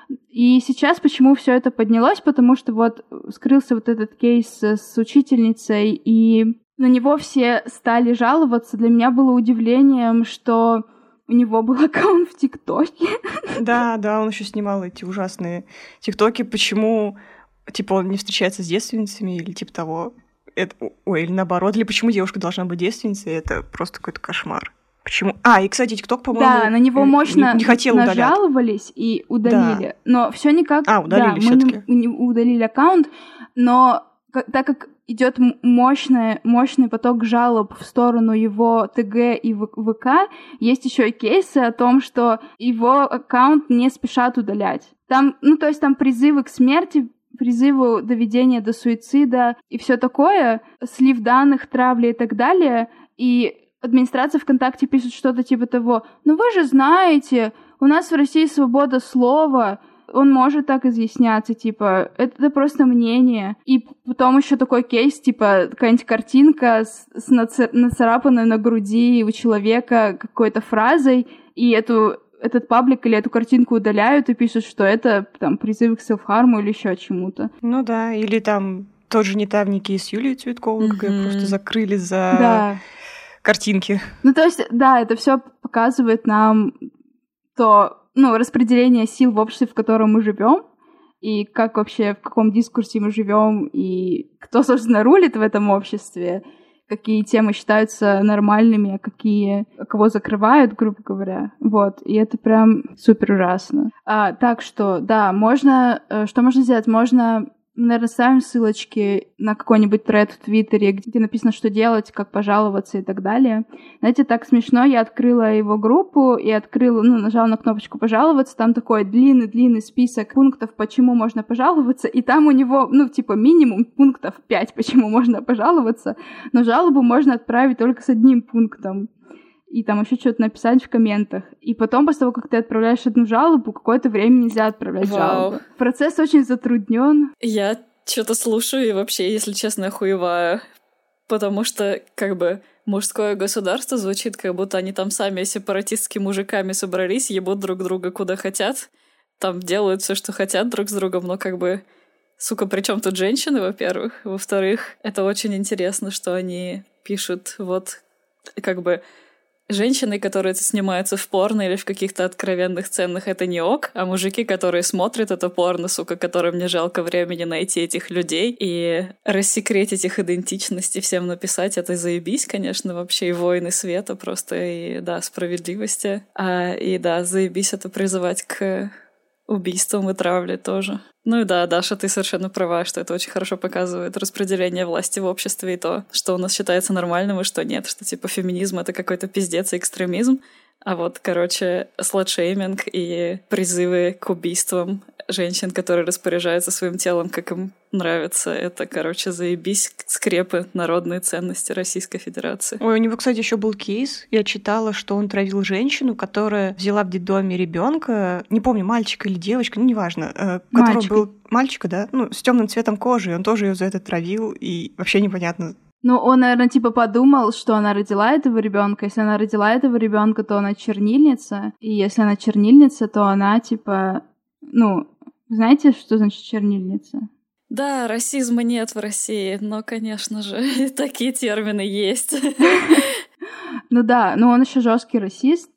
И сейчас почему все это поднялось? Потому что вот скрылся вот этот кейс с учительницей, и на него все стали жаловаться. Для меня было удивлением, что у него был аккаунт в ТикТоке. Да, да, он еще снимал эти ужасные ТикТоки. Почему, типа, он не встречается с девственницами или типа того? Это, ой, или наоборот, или почему девушка должна быть девственницей? Это просто какой-то кошмар. Почему? А, и, кстати, ТикТок, по-моему, да, на него мощно не, не хотел удалять. Нажаловались и удалили. Да. Но все никак... А, удалили да, всё-таки. Мы не удалили аккаунт, но так как идет мощный, мощный поток жалоб в сторону его ТГ и ВК, есть еще и кейсы о том, что его аккаунт не спешат удалять. Там, ну, то есть там призывы к смерти, призывы доведения до суицида и все такое, слив данных, травли и так далее. И администрация ВКонтакте пишет что-то типа того: «Ну вы же знаете, у нас в России свобода слова, он может так изъясняться, типа, это просто мнение». И потом еще такой кейс, типа, какая-нибудь картинка с, с нацарапанной на груди у человека какой-то фразой, и эту этот паблик или эту картинку удаляют и пишут, что это там призыв к селф-харму или еще чему-то. Ну да, или там тот же недавники с Юлией Цветковой, mm-hmm. как просто закрыли за да. картинки. Ну то есть, да, это все показывает нам то, ну, распределение сил в обществе, в котором мы живем, и как вообще, в каком дискурсе мы живем, и кто, собственно, рулит в этом обществе, какие темы считаются нормальными, а какие, кого закрывают, грубо говоря. Вот, и это прям супер ужасно. А, так что, да, можно, что можно сделать? Можно, мы, наверное, ставим ссылочки на какой-нибудь тред в Твиттере, где написано, что делать, как пожаловаться и так далее. Знаете, так смешно, я открыла его группу и открыла, ну, нажала на кнопочку «Пожаловаться», там такой длинный-длинный список пунктов, почему можно пожаловаться, и там у него, ну, типа, минимум пунктов пять, почему можно пожаловаться, но жалобу можно отправить только с одним пунктом. И там еще что-то написать в комментах. И потом, после того, как ты отправляешь одну жалобу, какое-то время нельзя отправлять Вау. жалобу. Процесс очень затруднен. Я что-то слушаю и вообще, если честно, охуеваю. Потому что, как бы, мужское государство звучит, как будто они там сами сепаратистскими мужиками собрались, ебут друг друга куда хотят, там делают все, что хотят друг с другом, но как бы... Сука, при чем тут женщины, во-первых? Во-вторых, это очень интересно, что они пишут вот как бы... Женщины, которые снимаются в порно или в каких-то откровенных сценах, это не ок, а мужики, которые смотрят это порно, сука, которым не жалко времени найти этих людей и рассекретить их идентичность и всем написать, это заебись, конечно, вообще, и войны света просто, и, да, справедливости. А, и, да, заебись это призывать к убийствам и травле тоже. Ну и да, Даша, ты совершенно права, что это очень хорошо показывает распределение власти в обществе и то, что у нас считается нормальным и что нет, что типа феминизм — это какой-то пиздец и экстремизм, а вот, короче, сладшейминг и призывы к убийствам женщин, которые распоряжаются своим телом, как им нравится, это, короче, заебись скрепы народные ценности Российской Федерации. Ой, у него, кстати, еще был кейс. Я читала, что он травил женщину, которая взяла в детдоме ребенка, не помню, мальчика или девочка, ну неважно, у которого был мальчика, да, ну с темным цветом кожи, и он тоже ее за это травил, и вообще непонятно. Ну, он, наверное, типа подумал, что она родила этого ребенка. Если она родила этого ребенка, то она чернильница. И если она чернильница, то она типа, ну, знаете, что значит чернильница? Да, расизма нет в России, но, конечно же, такие термины есть. Ну да, но он еще жесткий расист,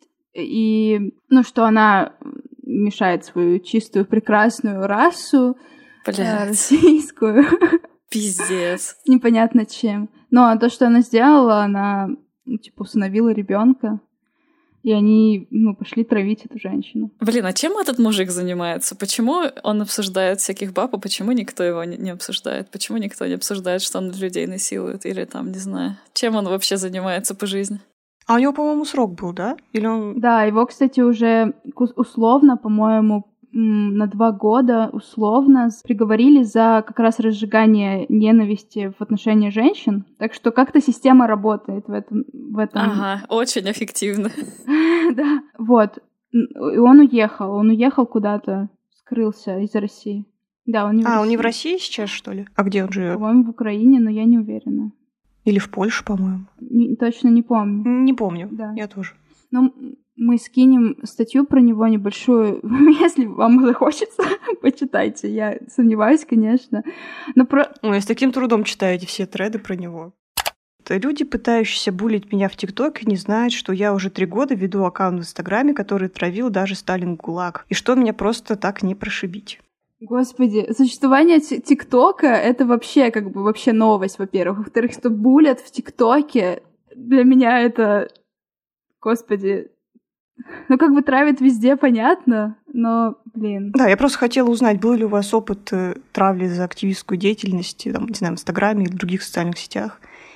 и, ну, что она мешает свою чистую, прекрасную расу э, российскую. Пиздец. Непонятно чем. Но то, что она сделала, она, ну, типа, усыновила ребенка. И они, ну, пошли травить эту женщину. Блин, а чем этот мужик занимается? Почему он обсуждает всяких баб, а почему никто его не, не обсуждает? Почему никто не обсуждает, что он людей насилует? Или там, не знаю, чем он вообще занимается по жизни? А у него, по-моему, срок был, да? Или он... Да, его, кстати, уже условно, по-моему, на два года условно приговорили за как раз разжигание ненависти в отношении женщин. Так что как-то система работает в этом. В этом. Ага, очень эффективно. Да, вот. И он уехал. Он уехал куда-то, скрылся из России. Да, он не в России. А, он не в России сейчас, что ли? А где он живет? По-моему, в Украине, но я не уверена. Или в Польше, по-моему. Не, точно не помню. Не помню, да. Я тоже. Ну, мы скинем статью про него небольшую, если вам захочется, почитайте. Я сомневаюсь, конечно. Но про... Ой, с таким трудом читаете все треды про него. Люди, пытающиеся булить меня в ТикТоке, не знают, что я уже три года веду аккаунт в Инстаграме, который травил даже Сталин ГУЛАГ. И что меня просто так не прошибить. Господи, существование ТикТока — это вообще как бы вообще новость, во-первых. Во-вторых, что булят в ТикТоке, для меня это... Господи... Ну, как бы травят везде, понятно, но, блин. Да, я просто хотела узнать, был ли у вас опыт травли за активистскую деятельность, там, не знаю, в Инстаграме или в других социальных сетях,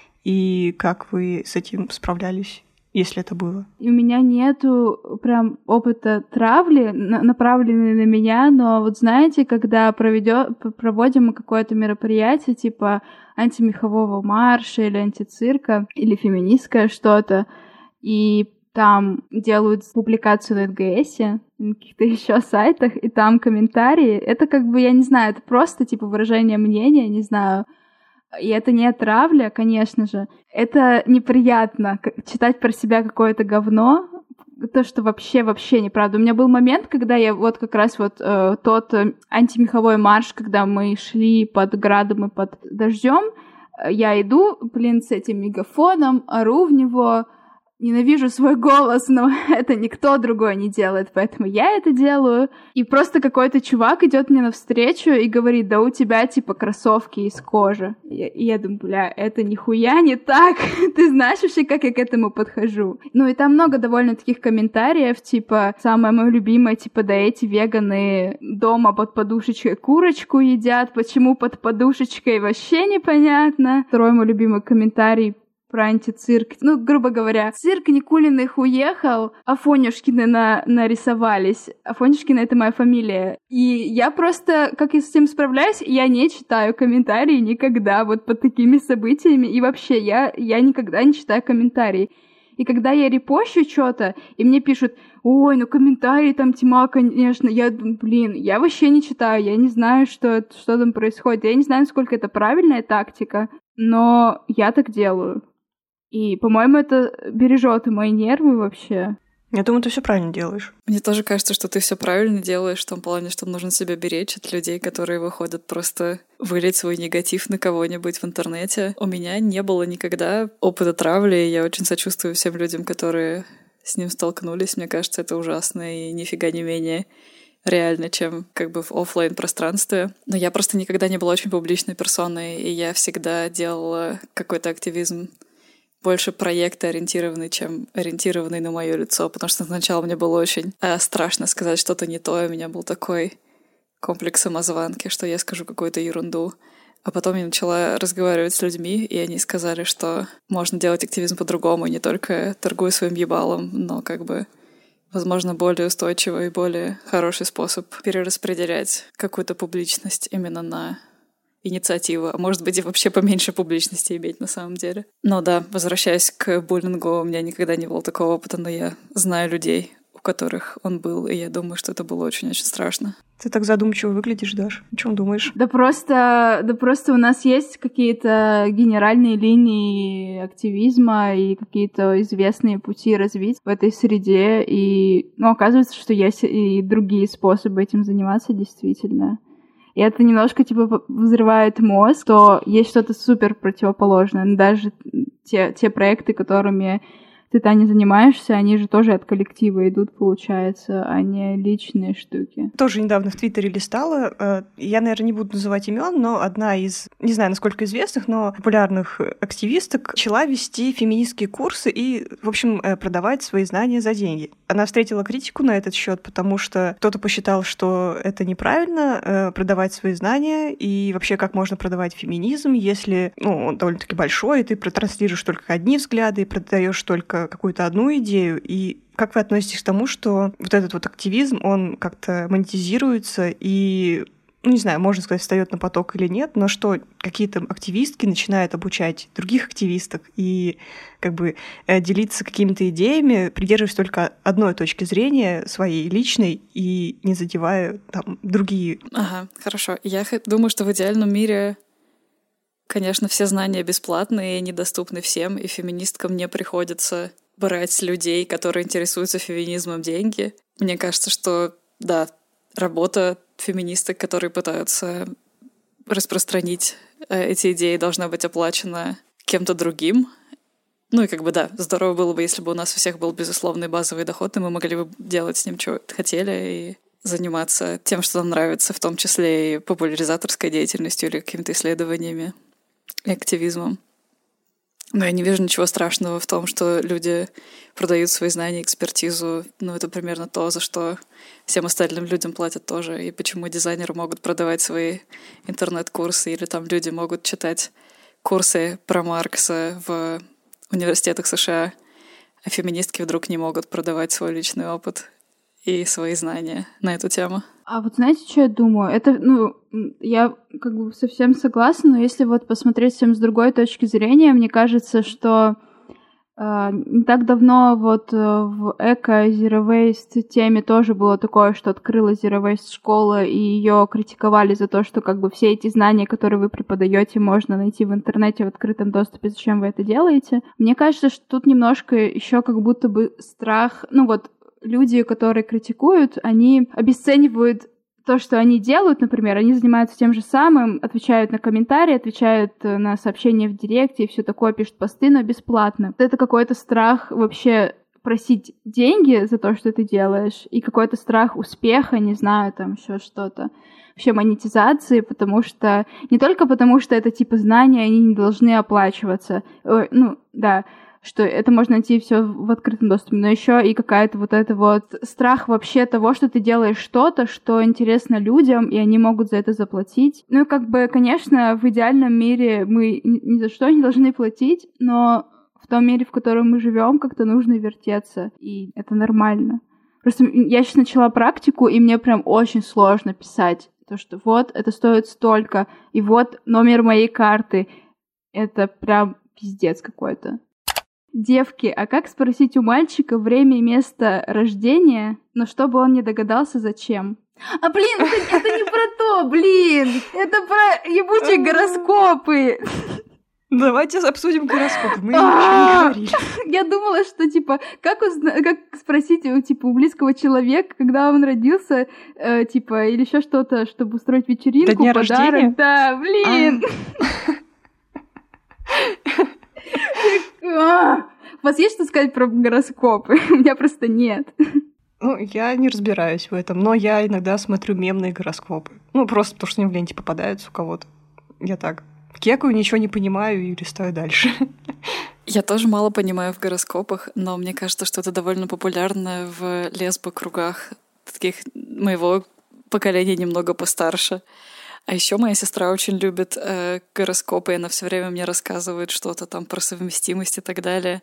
и как вы с этим справлялись, если это было? И у меня нету прям опыта травли, на- направленной на меня, но вот знаете, когда проведё- проводим мы какое-то мероприятие, типа антимехового марша или антицирка, или феминистское что-то, и там делают публикацию на эн гэ эсе, на каких-то еще сайтах, и там комментарии. Это как бы, я не знаю, это просто типа выражение мнения, не знаю. И это не травля, конечно же. Это неприятно читать про себя какое-то говно, то, что вообще-вообще неправда. У меня был момент, когда я вот как раз вот э, тот э, антимеховой марш, когда мы шли под градом и под дождем, э, я иду, блин, с этим мегафоном, ору в него, ненавижу свой голос, но это никто другой не делает, поэтому я это делаю. И просто какой-то чувак идет мне навстречу и говорит: да у тебя типа кроссовки из кожи. И я, и я думаю, бля, это нихуя не так. Ты знаешь вообще, как я к этому подхожу? Ну и там много довольно таких комментариев, типа, самое мое любимое, типа, да эти веганы дома под подушечкой курочку едят, почему под подушечкой, вообще непонятно. Второй мой любимый комментарий про антицирк. Ну, грубо говоря, цирк Никулиных уехал, Афонюшкины на нарисовались. Афонюшкина — это моя фамилия. И я просто, как я с этим справляюсь, я не читаю комментарии никогда вот под такими событиями. И вообще, я, я никогда не читаю комментарии. И когда я репощу что-то, и мне пишут: ой, ну комментарии там тьма, конечно, я думаю, блин, я вообще не читаю, я не знаю, что, что там происходит. Я не знаю, насколько это правильная тактика, но я так делаю. И, по-моему, это бережет мои нервы вообще. Я думаю, ты все правильно делаешь. Мне тоже кажется, что ты все правильно делаешь в том плане, что нужно себя беречь от людей, которые выходят просто вылить свой негатив на кого-нибудь в интернете. У меня не было никогда опыта травли, и я очень сочувствую всем людям, которые с ним столкнулись. Мне кажется, это ужасно и нифига не менее реально, чем как бы в офлайн пространстве. Но я просто никогда не была очень публичной персоной, и я всегда делала какой-то активизм больше проектоориентированный, чем ориентированный на мое лицо, потому что сначала мне было очень э, страшно сказать что-то не то, у меня был такой комплекс самозванки, что я скажу какую-то ерунду. А потом я начала разговаривать с людьми, и они сказали, что можно делать активизм по-другому, не только торгуя своим ебалом, но как бы, возможно, более устойчивый и более хороший способ перераспределять какую-то публичность именно на инициативу, а может быть и вообще поменьше публичности иметь на самом деле. Но да, возвращаясь к буллингу, у меня никогда не было такого опыта, но я знаю людей, у которых он был, и я думаю, что это было очень-очень страшно. Ты так задумчиво выглядишь, Даш. О чем думаешь? Да просто, да просто у нас есть какие-то генеральные линии активизма и какие-то известные пути развития в этой среде, и, ну, оказывается, что есть и другие способы этим заниматься действительно. И это немножко, типа, взрывает мозг, то есть что-то супер противоположное. Но даже те, те проекты, которыми ты, Таня, занимаешься, они же тоже от коллектива идут, получается, а не личные штуки. Тоже недавно в Твиттере листала. Я, наверное, не буду называть имен, но одна из, не знаю, насколько известных, но популярных активисток начала вести феминистские курсы и, в общем, продавать свои знания за деньги. Она встретила критику на этот счет, потому что кто-то посчитал, что это неправильно продавать свои знания, и вообще как можно продавать феминизм, если, ну, он довольно-таки большой, и ты транслируешь только одни взгляды и продаешь только какую-то одну идею. И как вы относитесь к тому, что вот этот вот активизм, он как-то монетизируется и, ну, не знаю, можно сказать, встает на поток или нет, но что какие-то активистки начинают обучать других активисток и как бы делиться какими-то идеями, придерживаясь только одной точки зрения, своей личной, и не задевая там другие. Ага, хорошо. Я думаю, что в идеальном мире, конечно, все знания бесплатные и недоступны всем, и феминисткам не приходится брать с людей, которые интересуются феминизмом, деньги. Мне кажется, что, да, работа феминисток, которые пытаются распространить э, эти идеи, должна быть оплачена кем-то другим. Ну и как бы, да, здорово было бы, если бы у нас у всех был безусловный базовый доход, и мы могли бы делать с ним, что хотели, и заниматься тем, что нам нравится, в том числе и популяризаторской деятельностью или какими-то исследованиями и активизмом. Но я не вижу ничего страшного в том, что люди продают свои знания, экспертизу. Ну, это примерно то, за что всем остальным людям платят тоже. И почему дизайнеры могут продавать свои интернет-курсы, или там люди могут читать курсы про Маркса в университетах США, а феминистки вдруг не могут продавать свой личный опыт и свои знания на эту тему. А вот знаете, что я думаю? Это, ну, я как бы совсем согласна, но если вот посмотреть всем с другой точки зрения, мне кажется, что Uh, не так давно вот uh, в эко-Zero Waste теме тоже было такое, что открыла Zero Waste школа, и ее критиковали за то, что как бы все эти знания, которые вы преподаете, можно найти в интернете в открытом доступе, зачем вы это делаете. Мне кажется, что тут немножко еще как будто бы страх, ну вот люди, которые критикуют, они обесценивают то, что они делают, например, они занимаются тем же самым, отвечают на комментарии, отвечают на сообщения в директе и все такое, пишут посты, но бесплатно. Это какой-то страх вообще просить деньги за то, что ты делаешь, и какой-то страх успеха, не знаю, там еще что-то. Вообще монетизации, потому что... Не только потому, что это типа знания, они не должны оплачиваться. Ой, ну, да, что это можно найти все в открытом доступе, но еще и какая-то вот это вот страх вообще того, что ты делаешь что-то, что интересно людям, и они могут за это заплатить. Ну и как бы, конечно, в идеальном мире мы ни за что не должны платить, но в том мире, в котором мы живем, как-то нужно вертеться, и это нормально. Просто я сейчас начала практику, и мне прям очень сложно писать то, что вот, это стоит столько, и вот номер моей карты. Это прям пиздец какой-то. Девки, а как спросить у мальчика время и место рождения, но чтобы он не догадался, зачем? А, блин, это, это не про то, блин! Это про ебучие гороскопы! Давайте обсудим гороскопы, мы ничего не говорили. Я думала, что, типа, как, узна... как спросить у, типа, у близкого человека, когда он родился, э, типа, или еще что-то, чтобы устроить вечеринку, до дня подарок. Рождения? Да, блин! У вас есть что сказать про гороскопы? У меня просто нет. Ну, я не разбираюсь в этом, но я иногда смотрю мемные гороскопы. Ну, просто потому что они в ленте попадаются у кого-то. Я так кекаю, ничего не понимаю и листаю дальше. Я тоже мало понимаю в гороскопах, но мне кажется, что это довольно популярно в лесбо-кругах таких моего поколения немного постарше. А еще моя сестра очень любит э, гороскопы, и она все время мне рассказывает что-то там про совместимость и так далее.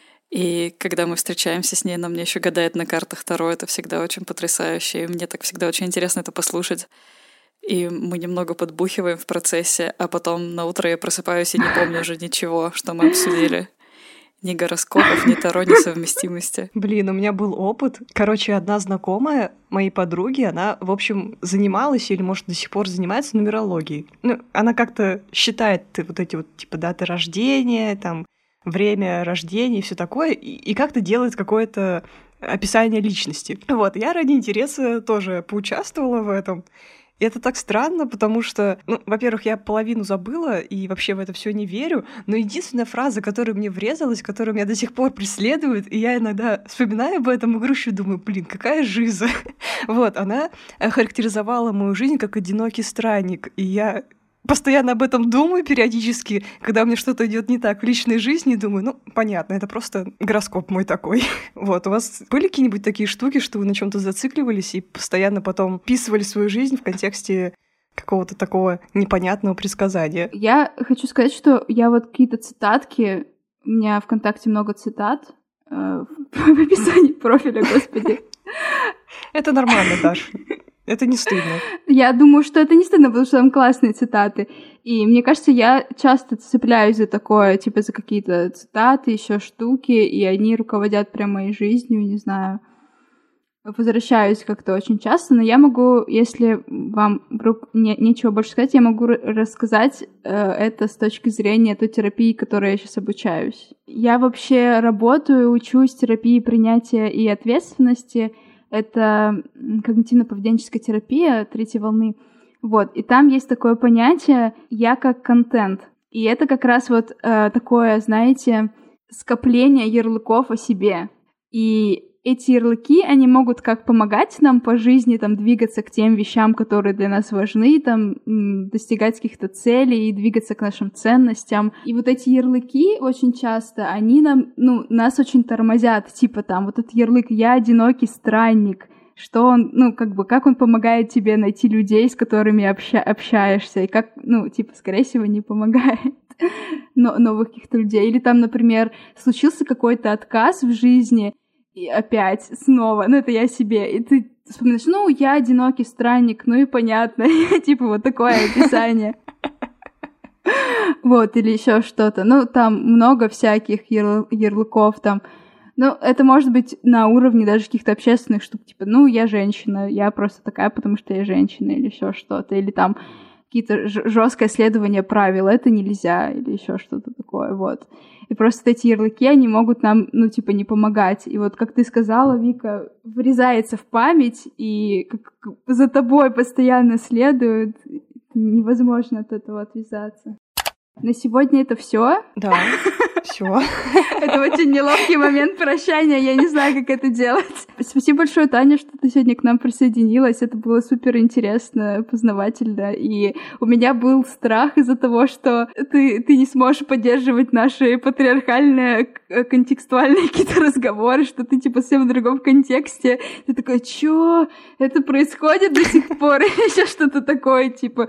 И когда мы встречаемся с ней, она мне еще гадает на картах Таро. Это всегда очень потрясающе, и мне так всегда очень интересно это послушать. И мы немного подбухиваем в процессе, а потом на утро я просыпаюсь и не помню уже ничего, что мы обсудили. Ни гороскопов, ни Таро, ни совместимости. Блин, у меня был опыт. Короче, одна знакомая моей подруги, она, в общем, занималась или, может, до сих пор занимается нумерологией. Ну, она как-то считает вот эти вот, типа, даты рождения, там, время рождения и все такое, и, и как-то делает какое-то описание личности. Вот, я ради интереса тоже поучаствовала в этом. И это так странно, потому что, ну, во-первых, я половину забыла и вообще в это все не верю, но единственная фраза, которая мне врезалась, которая меня до сих пор преследует, и я иногда вспоминаю об этом и грущу, думаю, блин, какая жиза. Вот, она характеризовала мою жизнь как одинокий странник, и я постоянно об этом думаю периодически, когда у меня что-то идет не так в личной жизни, думаю, ну, понятно, это просто гороскоп мой такой. Вот, у вас были какие-нибудь такие штуки, что вы на чем-то зацикливались и постоянно потом описывали свою жизнь в контексте какого-то такого непонятного предсказания? Я хочу сказать, что я вот какие-то цитатки, у меня ВКонтакте много цитат э, в описании профиля, господи. Это нормально, Даш. Это не стыдно. Я думаю, что это не стыдно, потому что там классные цитаты. И мне кажется, я часто цепляюсь за такое, типа за какие-то цитаты, еще штуки, и они руководят прям моей жизнью, не знаю. Возвращаюсь как-то очень часто, но я могу, если вам вдруг не, нечего больше сказать, я могу рассказать э, это с точки зрения той терапии, которой я сейчас обучаюсь. Я вообще работаю, учусь терапии принятия и ответственности. Это когнитивно-поведенческая терапия третьей волны. Вот. И там есть такое понятие «я как контент». И это как раз вот э, такое, знаете, скопление ярлыков о себе. И эти ярлыки, они могут как помогать нам по жизни там, двигаться к тем вещам, которые для нас важны, там, достигать каких-то целей и двигаться к нашим ценностям. И вот эти ярлыки очень часто, они нам, ну, нас очень тормозят. Типа там вот этот ярлык «я одинокий странник», что он, ну, как бы, как он помогает тебе найти людей, с которыми обща- общаешься, и как, ну, типа, скорее всего, не помогает но новых каких-то людей. Или там, например, случился какой-то отказ в жизни, и опять, снова, ну это я себе, и ты вспоминаешь, ну, я одинокий странник, ну и понятно, типа вот такое описание. Вот, или еще что-то. Ну, там много всяких ярл- ярлыков, там. Ну, это может быть на уровне даже каких-то общественных штук, типа, ну, я женщина, я просто такая, потому что я женщина, или еще что-то. Или там какие-то жесткое следование правил, это нельзя, или еще что-то такое, вот. И просто эти ярлыки, они могут нам, ну, типа, не помогать. И вот, как ты сказала, Вика, врезается в память, и как за тобой постоянно следует, невозможно от этого отвязаться. На сегодня это все. Да, все. Это очень неловкий момент прощания, я не знаю, как это делать. Спасибо большое, Таня, что ты сегодня к нам присоединилась. Это было супер интересно, познавательно. И у меня был страх из-за того, что ты, ты не сможешь поддерживать наши патриархальные, контекстуальные какие-то разговоры, что ты типа совсем в другом контексте. Ты такой, чё? Это происходит до сих пор? Еще что-то такое, типа...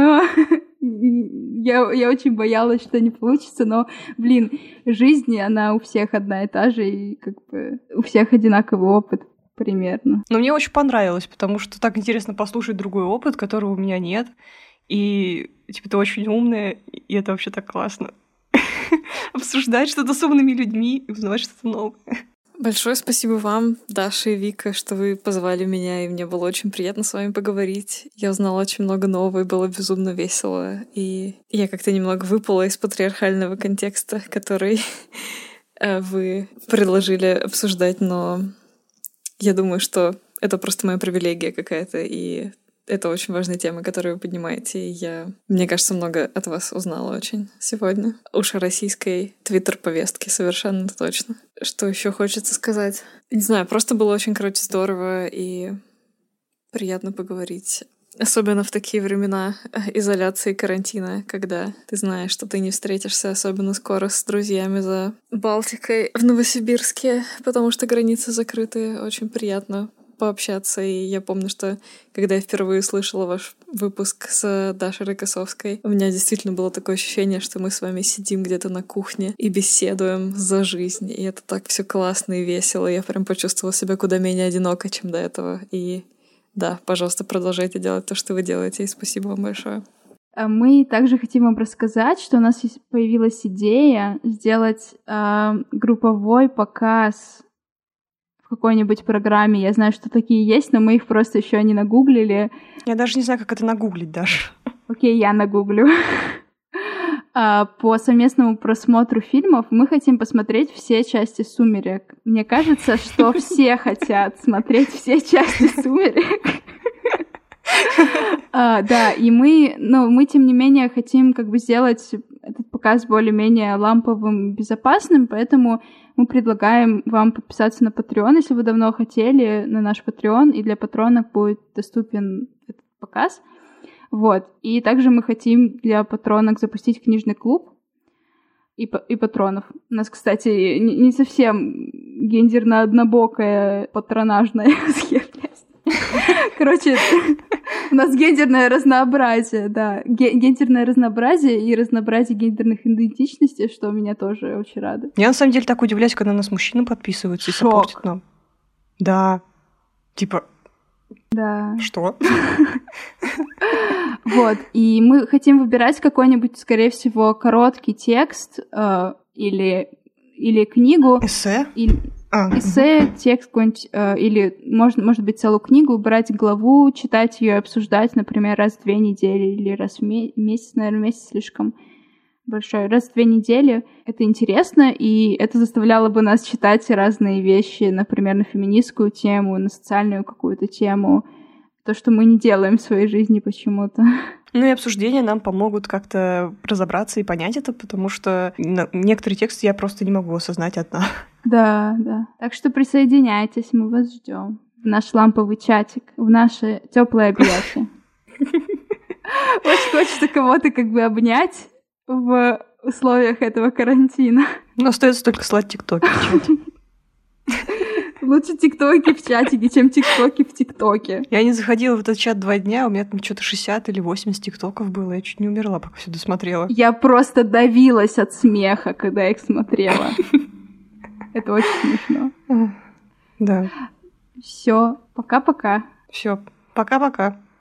Я, я очень боялась, что не получится, но, блин, жизнь, она у всех одна и та же, и как бы у всех одинаковый опыт примерно. Но мне очень понравилось, потому что так интересно послушать другой опыт, которого у меня нет, и, типа, ты очень умная, и это вообще так классно. Обсуждать что-то с умными людьми и узнавать что-то новое. Большое спасибо вам, Даша и Вика, что вы позвали меня, и мне было очень приятно с вами поговорить. Я узнала очень много нового, и было безумно весело. И я как-то немного выпала из патриархального контекста, который вы предложили обсуждать, но я думаю, что это просто моя привилегия какая-то, и это очень важная тема, которую вы поднимаете, и я, мне кажется, много от вас узнала очень сегодня. Уж о российской твиттер-повестке совершенно точно. Что еще хочется сказать? Не знаю, просто было очень, короче, здорово и приятно поговорить. Особенно в такие времена изоляции и карантина, когда ты знаешь, что ты не встретишься особенно скоро с друзьями за Балтикой в Новосибирске, потому что границы закрыты. Очень приятно пообщаться, и я помню, что когда я впервые слышала ваш выпуск с Дашей Рокоссовской, у меня действительно было такое ощущение, что мы с вами сидим где-то на кухне и беседуем за жизнь, и это так все классно и весело, я прям почувствовала себя куда менее одиноко, чем до этого, и да, пожалуйста, продолжайте делать то, что вы делаете, и спасибо вам большое. Мы также хотим вам рассказать, что у нас появилась идея сделать э, групповой показ в какой-нибудь программе. Я знаю, что такие есть, но мы их просто еще не нагуглили. Я даже не знаю, как это нагуглить даже. Окей, я нагуглю. По совместному просмотру фильмов мы хотим посмотреть все части «Сумерек». Мне кажется, что все хотят смотреть все части «Сумерек». Да, и мы, ну, мы, тем не менее, хотим как бы сделать этот показ более-менее ламповым, безопасным, поэтому мы предлагаем вам подписаться на Patreon, если вы давно хотели, на наш Patreon, и для патронов будет доступен этот показ. Вот. И также мы хотим для патронок запустить книжный клуб и, и патронов. У нас, кстати, не, не совсем гендерно-однобокая патронажная схема. Короче, у нас гендерное разнообразие, да. Гендерное разнообразие и разнообразие гендерных идентичностей, что меня тоже очень радует. Я на самом деле так удивляюсь, когда нас мужчины подписываются и саппортят нам. Да. Типа... Да. Что? Вот. И мы хотим выбирать какой-нибудь, скорее всего, короткий текст э, или, или книгу. Эссе? Или... А, эссе, угу. Текст какой-нибудь, э, или, может, может быть, целую книгу, брать главу, читать ее, обсуждать, например, раз в две недели или раз в ме- месяц, наверное, месяц слишком большой. Раз в две недели. Это интересно, и это заставляло бы нас читать разные вещи, например, на феминистскую тему, на социальную какую-то тему. То, что мы не делаем в своей жизни почему-то. Ну и обсуждения нам помогут как-то разобраться и понять это, потому что некоторые тексты я просто не могу осознать одна. Да, да. Так что присоединяйтесь, мы вас ждем в наш ламповый чатик, в наше теплое объятие. Очень хочется кого-то как бы обнять в условиях этого карантина. Но остается только слать тиктоки в чате. Лучше тиктоки в чатике, чем тиктоки в тиктоке. Я не заходила в этот чат два дня, у меня там что-то шестьдесят или восемьдесят тиктоков было, я чуть не умерла, пока все досмотрела. Я просто давилась от смеха, когда я их смотрела. Это очень смешно. Да. Все, пока-пока. Все, пока-пока.